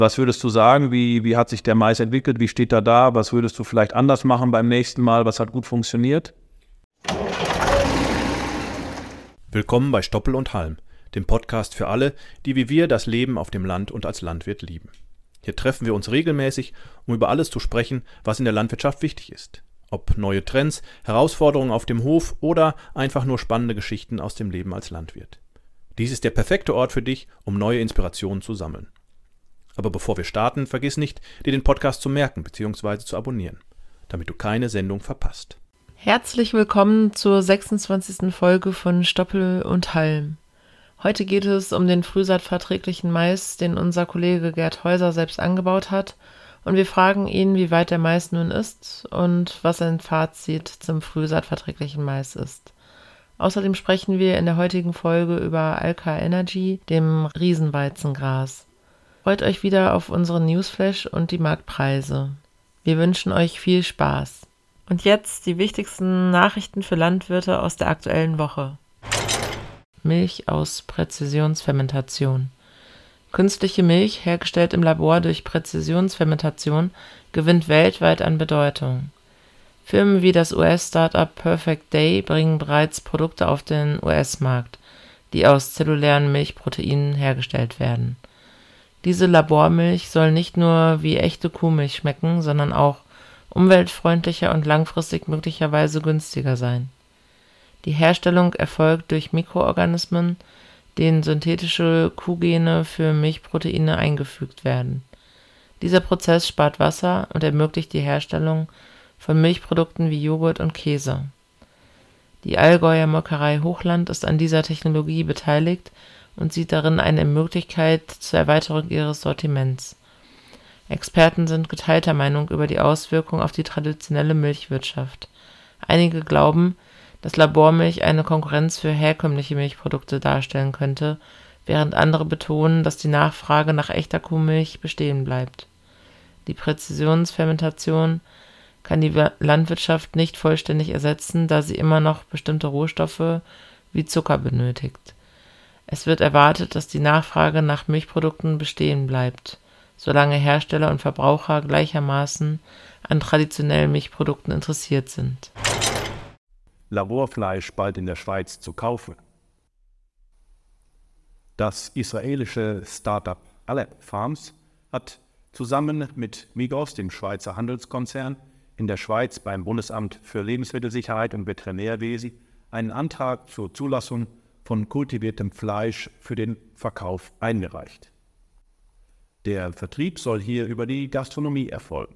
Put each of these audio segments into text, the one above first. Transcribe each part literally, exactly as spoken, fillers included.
Was würdest du sagen? Wie, wie hat sich der Mais entwickelt? Wie steht er da? Was würdest du vielleicht anders machen beim nächsten Mal? Was hat gut funktioniert? Willkommen bei Stoppel und Halm, dem Podcast für alle, die wie wir das Leben auf dem Land und als Landwirt lieben. Hier treffen wir uns regelmäßig, um über alles zu sprechen, was in der Landwirtschaft wichtig ist. Ob neue Trends, Herausforderungen auf dem Hof oder einfach nur spannende Geschichten aus dem Leben als Landwirt. Dies ist der perfekte Ort für dich, um neue Inspirationen zu sammeln. Aber bevor wir starten, vergiss nicht, dir den Podcast zu merken bzw. zu abonnieren, damit du keine Sendung verpasst. Herzlich willkommen zur sechsundzwanzigsten Folge von Stoppel und Halm. Heute geht es um den frühsaatverträglichen Mais, den unser Kollege Gerd Häuser selbst angebaut hat, und wir fragen ihn, wie weit der Mais nun ist und was sein Fazit zum frühsaatverträglichen Mais ist. Außerdem sprechen wir in der heutigen Folge über Alka Energy, dem Riesenweizengras. Freut euch wieder auf unseren Newsflash und die Marktpreise. Wir wünschen euch viel Spaß. Und jetzt die wichtigsten Nachrichten für Landwirte aus der aktuellen Woche. Milch aus Präzisionsfermentation. Künstliche Milch, hergestellt im Labor durch Präzisionsfermentation, gewinnt weltweit an Bedeutung. Firmen wie das U S-Startup Perfect Day bringen bereits Produkte auf den U S-Markt, die aus zellulären Milchproteinen hergestellt werden. Diese Labormilch soll nicht nur wie echte Kuhmilch schmecken, sondern auch umweltfreundlicher und langfristig möglicherweise günstiger sein. Die Herstellung erfolgt durch Mikroorganismen, denen synthetische Kuhgene für Milchproteine eingefügt werden. Dieser Prozess spart Wasser und ermöglicht die Herstellung von Milchprodukten wie Joghurt und Käse. Die Allgäuer Molkerei Hochland ist an dieser Technologie beteiligt und sieht darin eine Möglichkeit zur Erweiterung ihres Sortiments. Experten sind geteilter Meinung über die Auswirkungen auf die traditionelle Milchwirtschaft. Einige glauben, dass Labormilch eine Konkurrenz für herkömmliche Milchprodukte darstellen könnte, während andere betonen, dass die Nachfrage nach echter Kuhmilch bestehen bleibt. Die Präzisionsfermentation kann die Landwirtschaft nicht vollständig ersetzen, da sie immer noch bestimmte Rohstoffe wie Zucker benötigt. Es wird erwartet, dass die Nachfrage nach Milchprodukten bestehen bleibt, solange Hersteller und Verbraucher gleichermaßen an traditionellen Milchprodukten interessiert sind. Laborfleisch bald in der Schweiz zu kaufen. Das israelische Startup Aleph Farms hat zusammen mit Migros, dem Schweizer Handelskonzern, in der Schweiz beim Bundesamt für Lebensmittelsicherheit und Veterinärwesen einen Antrag zur Zulassung von kultiviertem Fleisch für den Verkauf eingereicht. Der Vertrieb soll hier über die Gastronomie erfolgen.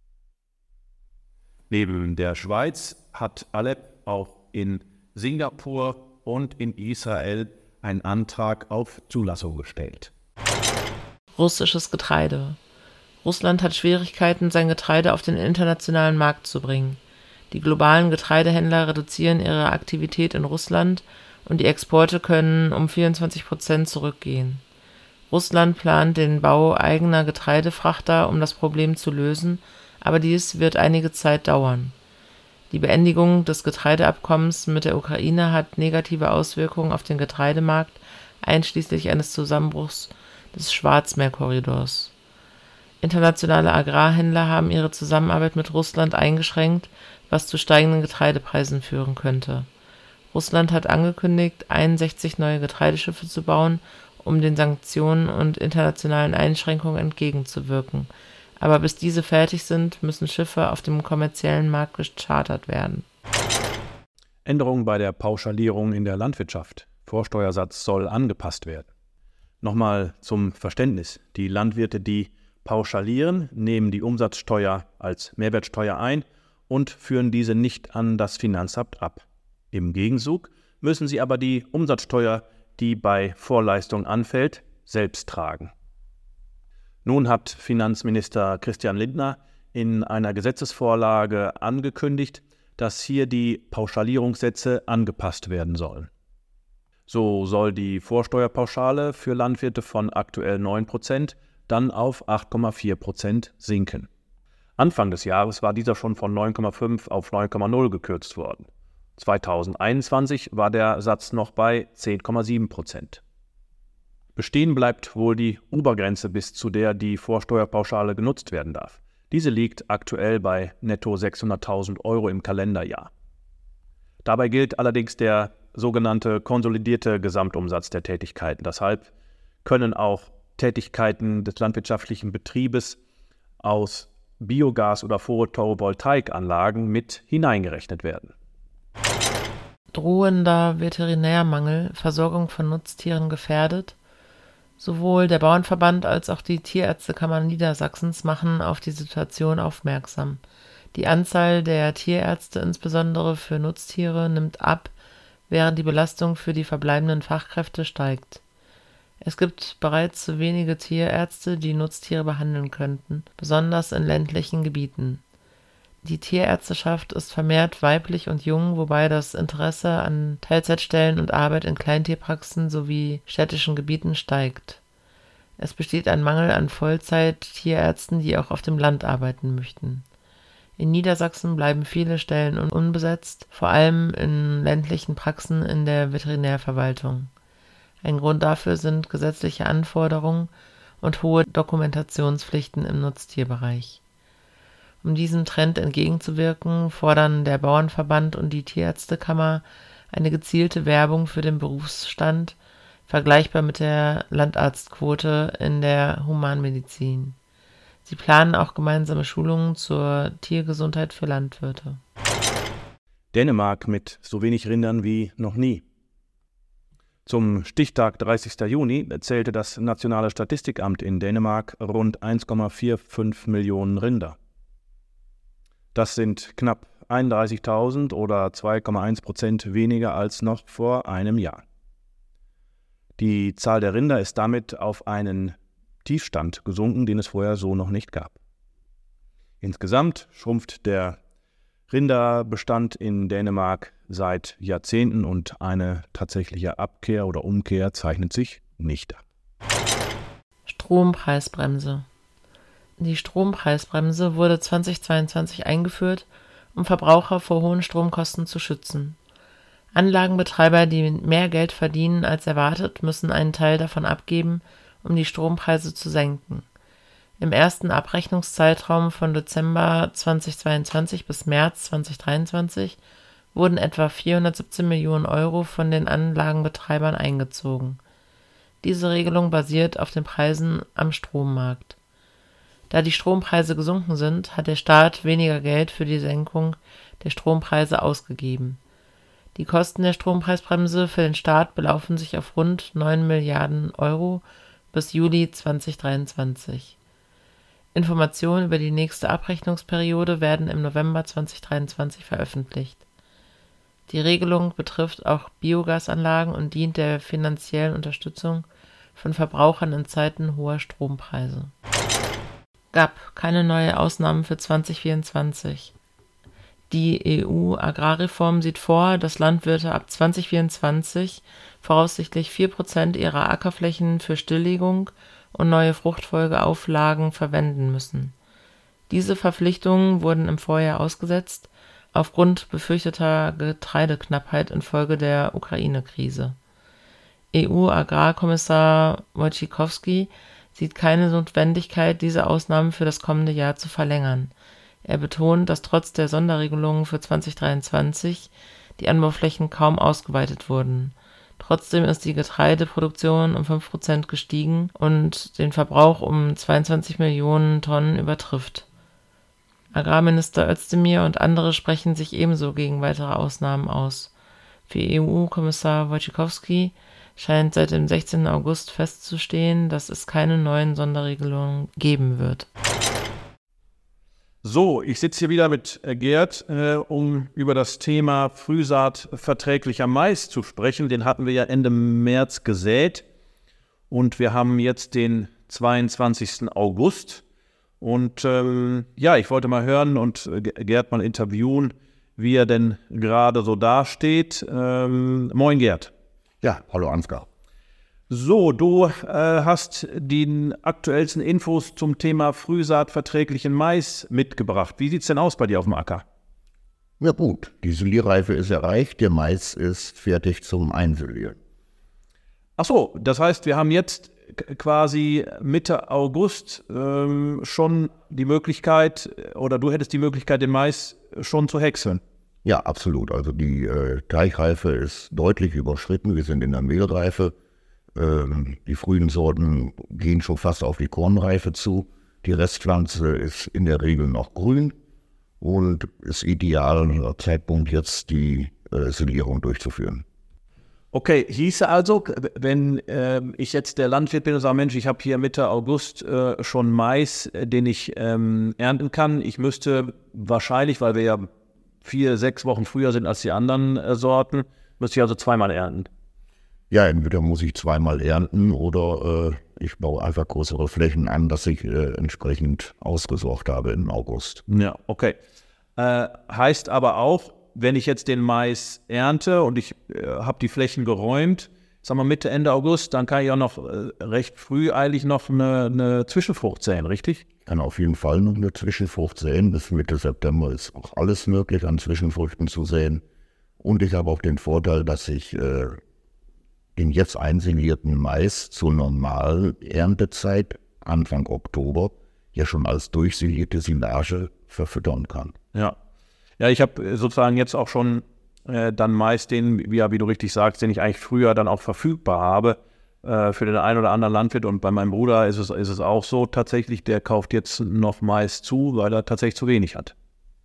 Neben der Schweiz hat Aleph auch in Singapur und in Israel einen Antrag auf Zulassung gestellt. Russisches Getreide. Russland hat Schwierigkeiten, sein Getreide auf den internationalen Markt zu bringen. Die globalen Getreidehändler reduzieren ihre Aktivität in Russland und die Exporte können um vierundzwanzig Prozent zurückgehen. Russland plant den Bau eigener Getreidefrachter, um das Problem zu lösen, aber dies wird einige Zeit dauern. Die Beendigung des Getreideabkommens mit der Ukraine hat negative Auswirkungen auf den Getreidemarkt, einschließlich eines Zusammenbruchs des Schwarzmeerkorridors. Internationale Agrarhändler haben ihre Zusammenarbeit mit Russland eingeschränkt, was zu steigenden Getreidepreisen führen könnte. Russland hat angekündigt, einundsechzig neue Getreideschiffe zu bauen, um den Sanktionen und internationalen Einschränkungen entgegenzuwirken. Aber bis diese fertig sind, müssen Schiffe auf dem kommerziellen Markt gechartert werden. Änderungen bei der Pauschalierung in der Landwirtschaft. Vorsteuersatz soll angepasst werden. Nochmal zum Verständnis. Die Landwirte, die pauschalieren, nehmen die Umsatzsteuer als Mehrwertsteuer ein und führen diese nicht an das Finanzamt ab. Im Gegenzug müssen sie aber die Umsatzsteuer, die bei Vorleistung anfällt, selbst tragen. Nun hat Finanzminister Christian Lindner in einer Gesetzesvorlage angekündigt, dass hier die Pauschalierungssätze angepasst werden sollen. So soll die Vorsteuerpauschale für Landwirte von aktuell neun Prozent dann auf acht Komma vier Prozent sinken. Anfang des Jahres war dieser schon von neun Komma fünf auf neun Komma null gekürzt worden. zweitausendeinundzwanzig war der Satz noch bei zehn Komma sieben Prozent. Bestehen bleibt wohl die Obergrenze, bis zu der die Vorsteuerpauschale genutzt werden darf. Diese liegt aktuell bei netto sechshunderttausend Euro im Kalenderjahr. Dabei gilt allerdings der sogenannte konsolidierte Gesamtumsatz der Tätigkeiten. Deshalb können auch Tätigkeiten des landwirtschaftlichen Betriebes aus Biogas- oder Photovoltaikanlagen mit hineingerechnet werden. Drohender Veterinärmangel, Versorgung von Nutztieren gefährdet. Sowohl der Bauernverband als auch die Tierärztekammer Niedersachsens machen auf die Situation aufmerksam. Die Anzahl der Tierärzte, insbesondere für Nutztiere, nimmt ab, während die Belastung für die verbleibenden Fachkräfte steigt. Es gibt bereits zu wenige Tierärzte, die Nutztiere behandeln könnten, besonders in ländlichen Gebieten. Die Tierärzteschaft ist vermehrt weiblich und jung, wobei das Interesse an Teilzeitstellen und Arbeit in Kleintierpraxen sowie städtischen Gebieten steigt. Es besteht ein Mangel an Vollzeit-Tierärzten, die auch auf dem Land arbeiten möchten. In Niedersachsen bleiben viele Stellen unbesetzt, vor allem in ländlichen Praxen in der Veterinärverwaltung. Ein Grund dafür sind gesetzliche Anforderungen und hohe Dokumentationspflichten im Nutztierbereich. Um diesem Trend entgegenzuwirken, fordern der Bauernverband und die Tierärztekammer eine gezielte Werbung für den Berufsstand, vergleichbar mit der Landarztquote in der Humanmedizin. Sie planen auch gemeinsame Schulungen zur Tiergesundheit für Landwirte. Dänemark mit so wenig Rindern wie noch nie. Zum Stichtag dreißigsten Juni zählte das Nationale Statistikamt in Dänemark rund eins Komma fünfundvierzig Millionen Rinder. Das sind knapp einunddreißigtausend oder zwei Komma eins Prozent weniger als noch vor einem Jahr. Die Zahl der Rinder ist damit auf einen Tiefstand gesunken, den es vorher so noch nicht gab. Insgesamt schrumpft der Rinderbestand in Dänemark seit Jahrzehnten und eine tatsächliche Abkehr oder Umkehr zeichnet sich nicht ab. Strompreisbremse. Die Strompreisbremse wurde zweitausendzweiundzwanzig eingeführt, um Verbraucher vor hohen Stromkosten zu schützen. Anlagenbetreiber, die mehr Geld verdienen als erwartet, müssen einen Teil davon abgeben, um die Strompreise zu senken. Im ersten Abrechnungszeitraum von Dezember zweitausendzweiundzwanzig bis März zweitausenddreiundzwanzig wurden etwa vierhundertsiebzehn Millionen Euro von den Anlagenbetreibern eingezogen. Diese Regelung basiert auf den Preisen am Strommarkt. Da die Strompreise gesunken sind, hat der Staat weniger Geld für die Senkung der Strompreise ausgegeben. Die Kosten der Strompreisbremse für den Staat belaufen sich auf rund neun Milliarden Euro bis Juli zweitausenddreiundzwanzig. Informationen über die nächste Abrechnungsperiode werden im November zweitausenddreiundzwanzig veröffentlicht. Die Regelung betrifft auch Biogasanlagen und dient der finanziellen Unterstützung von Verbrauchern in Zeiten hoher Strompreise. G A P, keine neue Ausnahmen für zweitausendvierundzwanzig. Die E U-Agrarreform sieht vor, dass Landwirte ab zweitausendvierundzwanzig voraussichtlich vier Prozent ihrer Ackerflächen für Stilllegung und neue Fruchtfolgeauflagen verwenden müssen. Diese Verpflichtungen wurden im Vorjahr ausgesetzt, aufgrund befürchteter Getreideknappheit infolge der Ukraine-Krise. E U-Agrarkommissar Wojciechowski sieht keine Notwendigkeit, diese Ausnahmen für das kommende Jahr zu verlängern. Er betont, dass trotz der Sonderregelungen für zweitausenddreiundzwanzig die Anbauflächen kaum ausgeweitet wurden. Trotzdem ist die Getreideproduktion um fünf Prozent gestiegen und den Verbrauch um zweiundzwanzig Millionen Tonnen übertrifft. Agrarminister Özdemir und andere sprechen sich ebenso gegen weitere Ausnahmen aus. Für E U-Kommissar Wojciechowski scheint seit dem sechzehnten August festzustehen, dass es keine neuen Sonderregelungen geben wird. So, ich sitze hier wieder mit Gerd, äh, um über das Thema frühsaatverträglicher Mais zu sprechen. Den hatten wir ja Ende März gesät und wir haben jetzt den zweiundzwanzigsten August. Und ähm, ja, ich wollte mal hören und Gerd mal interviewen, wie er denn gerade so dasteht. Ähm, moin Gerd. Ja, hallo Ansgar. So, du äh, hast die aktuellsten Infos zum Thema frühsaatverträglichen Mais mitgebracht. Wie sieht es denn aus bei dir auf dem Acker? Ja gut, die Silierreife ist erreicht, der Mais ist fertig zum Einsilieren. Ach so, das heißt, wir haben jetzt quasi Mitte August ähm, schon die Möglichkeit, oder du hättest die Möglichkeit, den Mais schon zu häckseln. Ja, absolut. Also die äh, Teichreife ist deutlich überschritten. Wir sind in der Mehlreife. Ähm, die frühen Sorten gehen schon fast auf die Kornreife zu. Die Restpflanze ist in der Regel noch grün und ist idealer Zeitpunkt, jetzt die äh, Silierung durchzuführen. Okay, hieße also, wenn äh, ich jetzt der Landwirt bin und sage, Mensch, ich habe hier Mitte August äh, schon Mais, äh, den ich ähm, ernten kann. Ich müsste wahrscheinlich, weil wir ja vier, sechs Wochen früher sind als die anderen äh, Sorten, müsste ich also zweimal ernten. Ja, entweder muss ich zweimal ernten oder äh, ich baue einfach größere Flächen an, dass ich äh, entsprechend ausgesorgt habe im August. Ja, okay. Äh, heißt aber auch, wenn ich jetzt den Mais ernte und ich äh, habe die Flächen geräumt, sagen wir Mitte, Ende August, dann kann ich auch noch äh, recht früh eigentlich noch eine, eine Zwischenfrucht säen, richtig? Ich kann auf jeden Fall noch eine Zwischenfrucht säen. Bis Mitte September ist auch alles möglich, an Zwischenfrüchten zu säen. Und ich habe auch den Vorteil, dass ich äh, den jetzt einsilierten Mais zur normalen Erntezeit, Anfang Oktober, ja schon als durchsilierte Silage verfüttern kann. Ja. Ja, ich habe sozusagen jetzt auch schon äh, dann Mais, den, wie, ja, wie du richtig sagst, den ich eigentlich früher dann auch verfügbar habe äh, für den einen oder anderen Landwirt. Und bei meinem Bruder ist es, ist es auch so tatsächlich, der kauft jetzt noch Mais zu, weil er tatsächlich zu wenig hat.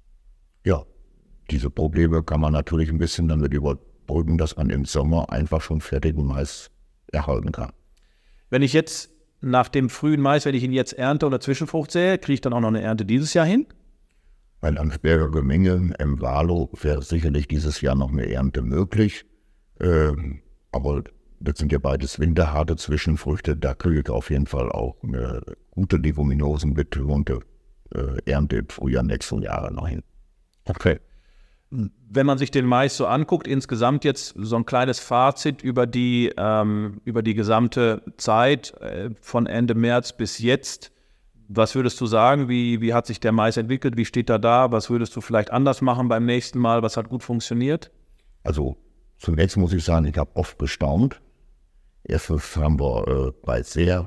Ja, diese Probleme kann man natürlich ein bisschen damit überbrücken, dass man im Sommer einfach schon fertigen Mais erhalten kann. Wenn ich jetzt nach dem frühen Mais, wenn ich ihn jetzt ernte oder Zwischenfrucht sähe, kriege ich dann auch noch eine Ernte dieses Jahr hin? Bei Landsberger Gemenge im Walo wäre sicherlich dieses Jahr noch eine Ernte möglich. Ähm, aber das sind ja beides winterharte Zwischenfrüchte. Da kriege ich auf jeden Fall auch eine gute Leguminosen-betonte äh, Ernte im Frühjahr nächsten Jahre noch hin. Okay. Wenn man sich den Mais so anguckt, insgesamt jetzt so ein kleines Fazit über die, ähm, über die gesamte Zeit äh, von Ende März bis jetzt. Was würdest du sagen, wie, wie hat sich der Mais entwickelt, wie steht er da, was würdest du vielleicht anders machen beim nächsten Mal, was hat gut funktioniert? Also zunächst muss ich sagen, ich habe oft gestaunt. Erstens haben wir äh, bei sehr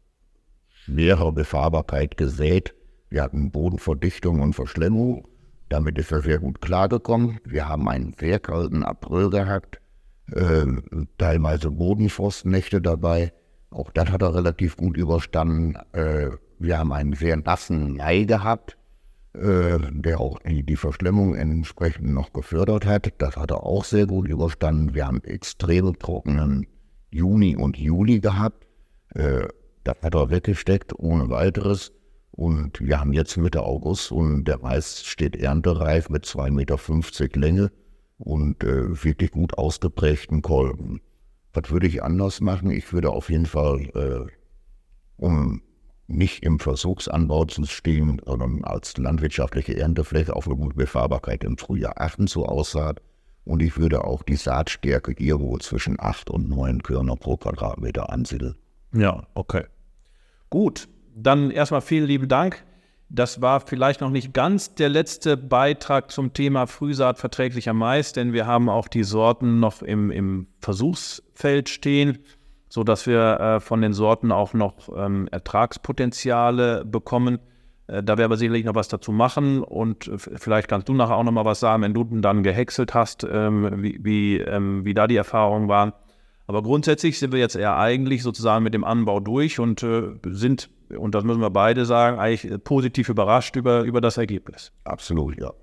schwerer Befahrbarkeit gesät. Wir hatten Bodenverdichtung und Verschlemmung, damit ist er sehr gut klargekommen. Wir haben einen sehr kalten April gehabt, äh, teilweise Bodenfrostnächte dabei, auch das hat er relativ gut überstanden. Äh, Wir haben einen sehr nassen Mai gehabt, äh, der auch die, die Verschlemmung entsprechend noch gefördert hat. Das hat er auch sehr gut überstanden. Wir haben extrem trockenen Juni und Juli gehabt. Äh, das hat er weggesteckt ohne weiteres. Und wir haben jetzt Mitte August und der Mais steht erntereif mit zwei Meter fünfzig Länge und äh, wirklich gut ausgeprägten Kolben. Was würde ich anders machen? Ich würde auf jeden Fall äh, um nicht im Versuchsanbau zu stehen, sondern als landwirtschaftliche Erntefläche auf eine gute Befahrbarkeit im Frühjahr achten zur Aussaat. Und ich würde auch die Saatstärke irgendwo zwischen acht und neun Körner pro Quadratmeter ansiedeln. Ja, okay. Gut, dann erstmal vielen lieben Dank. Das war vielleicht noch nicht ganz der letzte Beitrag zum Thema frühsaatverträglicher Mais, denn wir haben auch die Sorten noch im, im Versuchsfeld stehen, sodass wir äh, von den Sorten auch noch ähm, Ertragspotenziale bekommen. Äh, da werden wir sicherlich noch was dazu machen und äh, vielleicht kannst du nachher auch noch mal was sagen, wenn du dann gehäckselt hast, ähm, wie, wie, ähm, wie da die Erfahrungen waren. Aber grundsätzlich sind wir jetzt eher eigentlich sozusagen mit dem Anbau durch und äh, sind, und das müssen wir beide sagen, eigentlich positiv überrascht über, über das Ergebnis. Absolut, ja.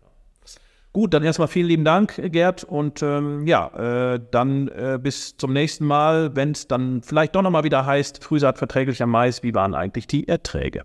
Gut, dann erstmal vielen lieben Dank, Gerd. Und ähm, ja, äh, dann äh, bis zum nächsten Mal, wenn es dann vielleicht doch nochmal wieder heißt, frühsaatverträglicher Mais, wie waren eigentlich die Erträge?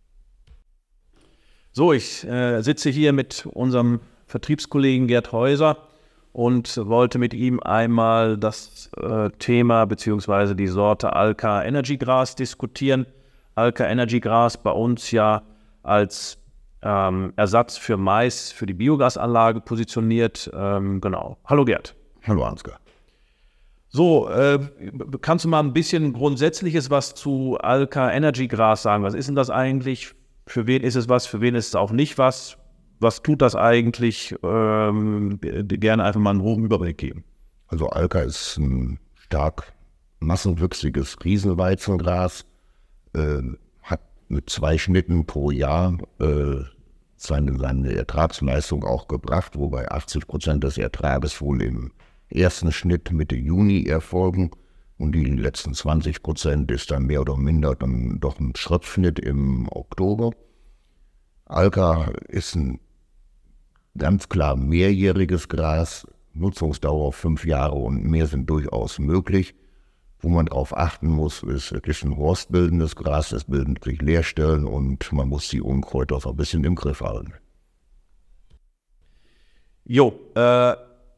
So, ich äh, sitze hier mit unserem Vertriebskollegen Gerd Häuser und wollte mit ihm einmal das äh, Thema bzw. die Sorte Alka Energy Gras diskutieren. Alka Energy Gras bei uns ja als Ähm, Ersatz für Mais, für die Biogasanlage positioniert. Ähm, genau. Hallo Gerd. Hallo Ansgar. So, äh, kannst du mal ein bisschen Grundsätzliches was zu Alka Energy Gras sagen? Was ist denn das eigentlich? Für wen ist es was? Für wen ist es auch nicht was? Was tut das eigentlich? Ähm, gerne einfach mal einen groben Überblick geben. Also Alka ist ein stark massenwüchsiges Riesenweizengras, äh, hat mit zwei Schnitten pro Jahr äh, seine, seine Ertragsleistung auch gebracht, wobei achtzig Prozent des Ertrages wohl im ersten Schnitt Mitte Juni erfolgen und die letzten zwanzig Prozent ist dann mehr oder minder dann doch ein Schröpfschnitt im Oktober. Alka ist ein ganz klar mehrjähriges Gras, Nutzungsdauer fünf Jahre und mehr sind durchaus möglich. Wo man darauf achten muss, ist, es ist ein horstbildendes Gras, es bilden sich Leerstellen und man muss die Unkräuter so ein bisschen im Griff halten. Jo, äh,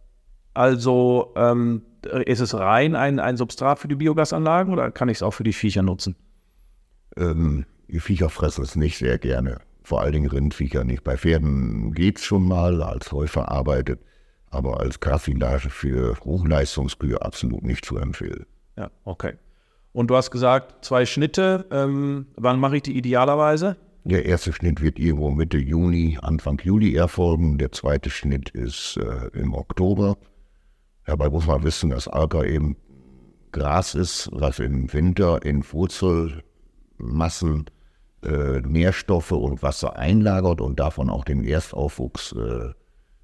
also ähm, ist es rein ein, ein Substrat für die Biogasanlagen oder kann ich es auch für die Viecher nutzen? Ähm, die Viecher fressen es nicht sehr gerne, vor allen Dingen Rindviecher nicht. Bei Pferden geht es schon mal als Heu verarbeitet, aber als Grassilage für Hochleistungskühe absolut nicht zu empfehlen. Ja, okay. Und du hast gesagt, zwei Schnitte. Ähm, wann mache ich die idealerweise? Der erste Schnitt wird irgendwo Mitte Juni, Anfang Juli erfolgen. Der zweite Schnitt ist äh, im Oktober. Dabei muss man wissen, dass Alka eben Gras ist, was im Winter in Wurzelmassen äh, Nährstoffe und Wasser einlagert und davon auch den Erstaufwuchs äh,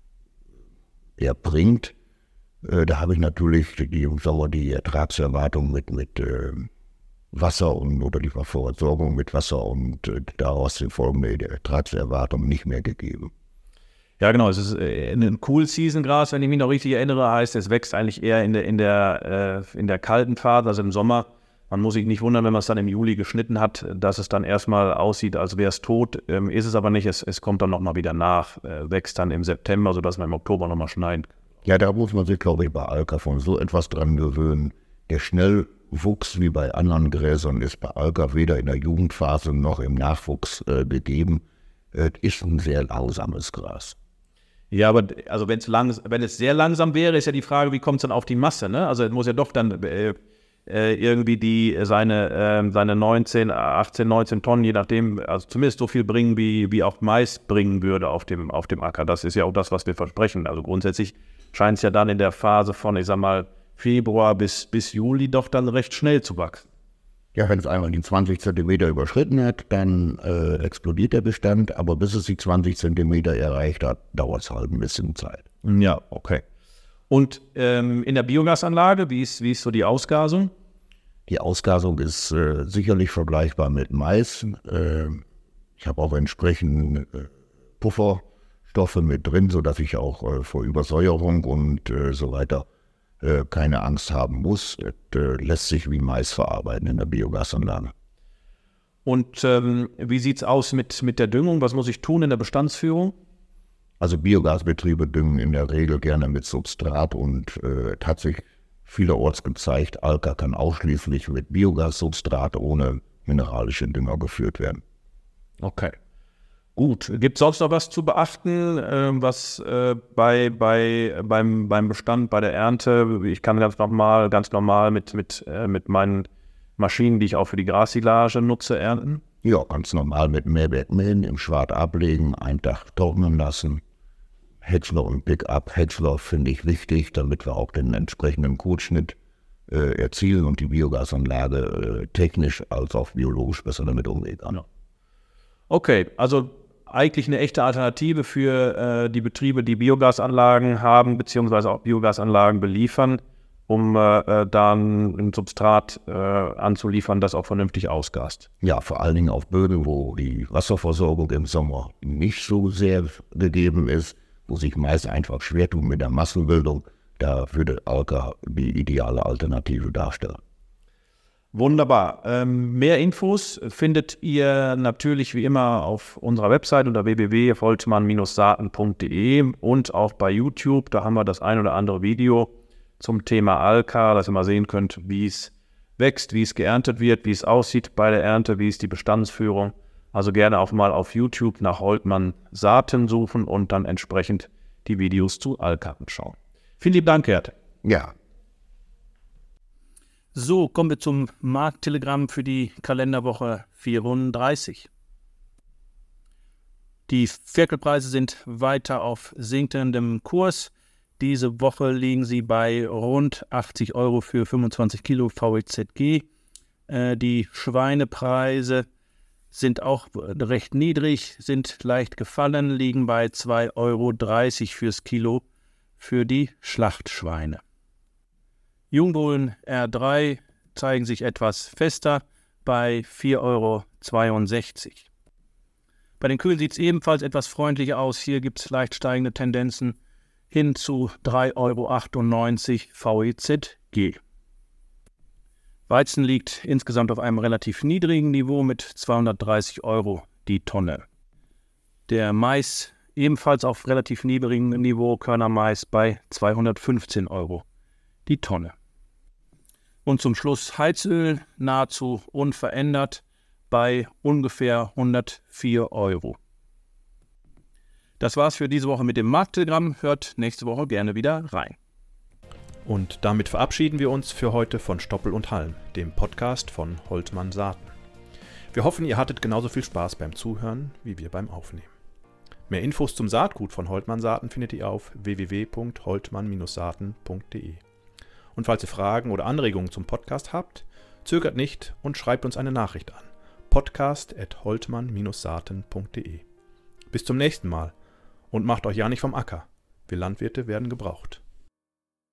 erbringt. Da habe ich natürlich die, im Sommer die Ertragserwartung mit, mit äh, Wasser und oder die Versorgung mit Wasser und äh, daraus die folgende Ertragserwartung nicht mehr gegeben. Ja, genau. Es ist äh, ein Cool-Season-Gras, wenn ich mich noch richtig erinnere, heißt, es wächst eigentlich eher in der, in der, äh, in der kalten Phase, also im Sommer. Man muss sich nicht wundern, wenn man es dann im Juli geschnitten hat, dass es dann erstmal aussieht, als wäre es tot. Ähm, ist es aber nicht. Es, es kommt dann nochmal wieder nach, äh, wächst dann im September, sodass man im Oktober nochmal schneiden kann. Ja, da muss man sich, glaube ich, bei Alka von so etwas dran gewöhnen. Der Schnellwuchs wie bei anderen Gräsern ist bei Alka weder in der Jugendphase noch im Nachwuchs äh, gegeben. Es ist ein sehr langsames Gras. Ja, aber also wenn's langs- wenn es sehr langsam wäre, ist ja die Frage, wie kommt es dann auf die Masse? Ne? Also es muss ja doch dann äh, äh, irgendwie die seine, äh, seine neunzehn, achtzehn, neunzehn Tonnen, je nachdem, also zumindest so viel bringen, wie, wie auch Mais bringen würde auf dem, auf dem Acker. Das ist ja auch das, was wir versprechen. Also grundsätzlich scheint es ja dann in der Phase von, ich sag mal, Februar bis, bis Juli doch dann recht schnell zu wachsen. Ja, wenn es einmal die zwanzig Zentimeter überschritten hat, dann äh, explodiert der Bestand, aber bis es die zwanzig Zentimeter erreicht hat, dauert es halt ein bisschen Zeit. Ja, okay. Und ähm, in der Biogasanlage, wie ist, wie ist so die Ausgasung? Die Ausgasung ist äh, sicherlich vergleichbar mit Mais. Äh, ich habe auch entsprechende äh, Pufferstoffe mit drin, sodass ich auch äh, vor Übersäuerung und äh, so weiter äh, keine Angst haben muss. Es äh, lässt sich wie Mais verarbeiten in der Biogasanlage. Und ähm, wie sieht es aus mit, mit der Düngung? Was muss ich tun in der Bestandsführung? Also Biogasbetriebe düngen in der Regel gerne mit Substrat und äh, hat sich vielerorts gezeigt, Alka kann ausschließlich mit Biogassubstrat ohne mineralische Dünger geführt werden. Okay. Gut. Gibt es sonst noch was zu beachten, äh, was äh, bei, bei, beim, beim Bestand, bei der Ernte, ich kann ganz normal, ganz normal mit, mit, äh, mit meinen Maschinen, die ich auch für die Grassilage nutze, ernten? Ja, ganz normal mit Mehrwerk mähen, im Schwad ablegen, einen Tag trocknen lassen. Häcksler und Pick-up. Häcksler finde ich wichtig, damit wir auch den entsprechenden Kotschnitt äh, erzielen und die Biogasanlage äh, technisch als auch biologisch besser damit umgehen kann. Ja. Okay, also eigentlich eine echte Alternative für äh, die Betriebe, die Biogasanlagen haben, beziehungsweise auch Biogasanlagen beliefern, um äh, dann ein Substrat äh, anzuliefern, das auch vernünftig ausgast. Ja, vor allen Dingen auf Böden, wo die Wasserversorgung im Sommer nicht so sehr gegeben ist, wo sich meist einfach schwer tun mit der Massenbildung, da würde Alka die ideale Alternative darstellen. Wunderbar. Ähm, mehr Infos findet ihr natürlich wie immer auf unserer Website unter w w w punkt voltmann Bindestrich saaten punkt d e und auch bei YouTube. Da haben wir das ein oder andere Video zum Thema Alka, dass ihr mal sehen könnt, wie es wächst, wie es geerntet wird, wie es aussieht bei der Ernte, wie ist die Bestandsführung. Also gerne auch mal auf YouTube nach Holtmann Saaten suchen und dann entsprechend die Videos zu Alka anschauen. Vielen lieben Dank, Gerd. Ja. So, kommen wir zum Markttelegramm für die Kalenderwoche vierunddreißig. Die Ferkelpreise sind weiter auf sinkendem Kurs. Diese Woche liegen sie bei rund achtzig Euro für fünfundzwanzig Kilo V E Z G. Äh, die Schweinepreise sind auch recht niedrig, sind leicht gefallen, liegen bei zwei Euro dreißig fürs Kilo für die Schlachtschweine. Jungbullen R drei zeigen sich etwas fester bei vier Euro zweiundsechzig. Bei den Kühen sieht es ebenfalls etwas freundlicher aus. Hier gibt es leicht steigende Tendenzen hin zu drei Euro achtundneunzig V E Z G. Weizen liegt insgesamt auf einem relativ niedrigen Niveau mit zweihundertdreißig Euro die Tonne. Der Mais ebenfalls auf relativ niedrigem Niveau, Körnermais bei zweihundertfünfzehn Euro die Tonne. Und zum Schluss Heizöl nahezu unverändert bei ungefähr hundertvier Euro. Das war's für diese Woche mit dem Markttelegramm. Hört nächste Woche gerne wieder rein. Und damit verabschieden wir uns für heute von Stoppel und Halm, dem Podcast von Holtmann Saaten. Wir hoffen, ihr hattet genauso viel Spaß beim Zuhören wie wir beim Aufnehmen. Mehr Infos zum Saatgut von Holtmann Saaten findet ihr auf w w w punkt holtmann Bindestrich saaten punkt d e. Und falls ihr Fragen oder Anregungen zum Podcast habt, zögert nicht und schreibt uns eine Nachricht an. podcast at holtmann Bindestrich saaten punkt d e. Bis zum nächsten Mal und macht euch ja nicht vom Acker. Wir Landwirte werden gebraucht.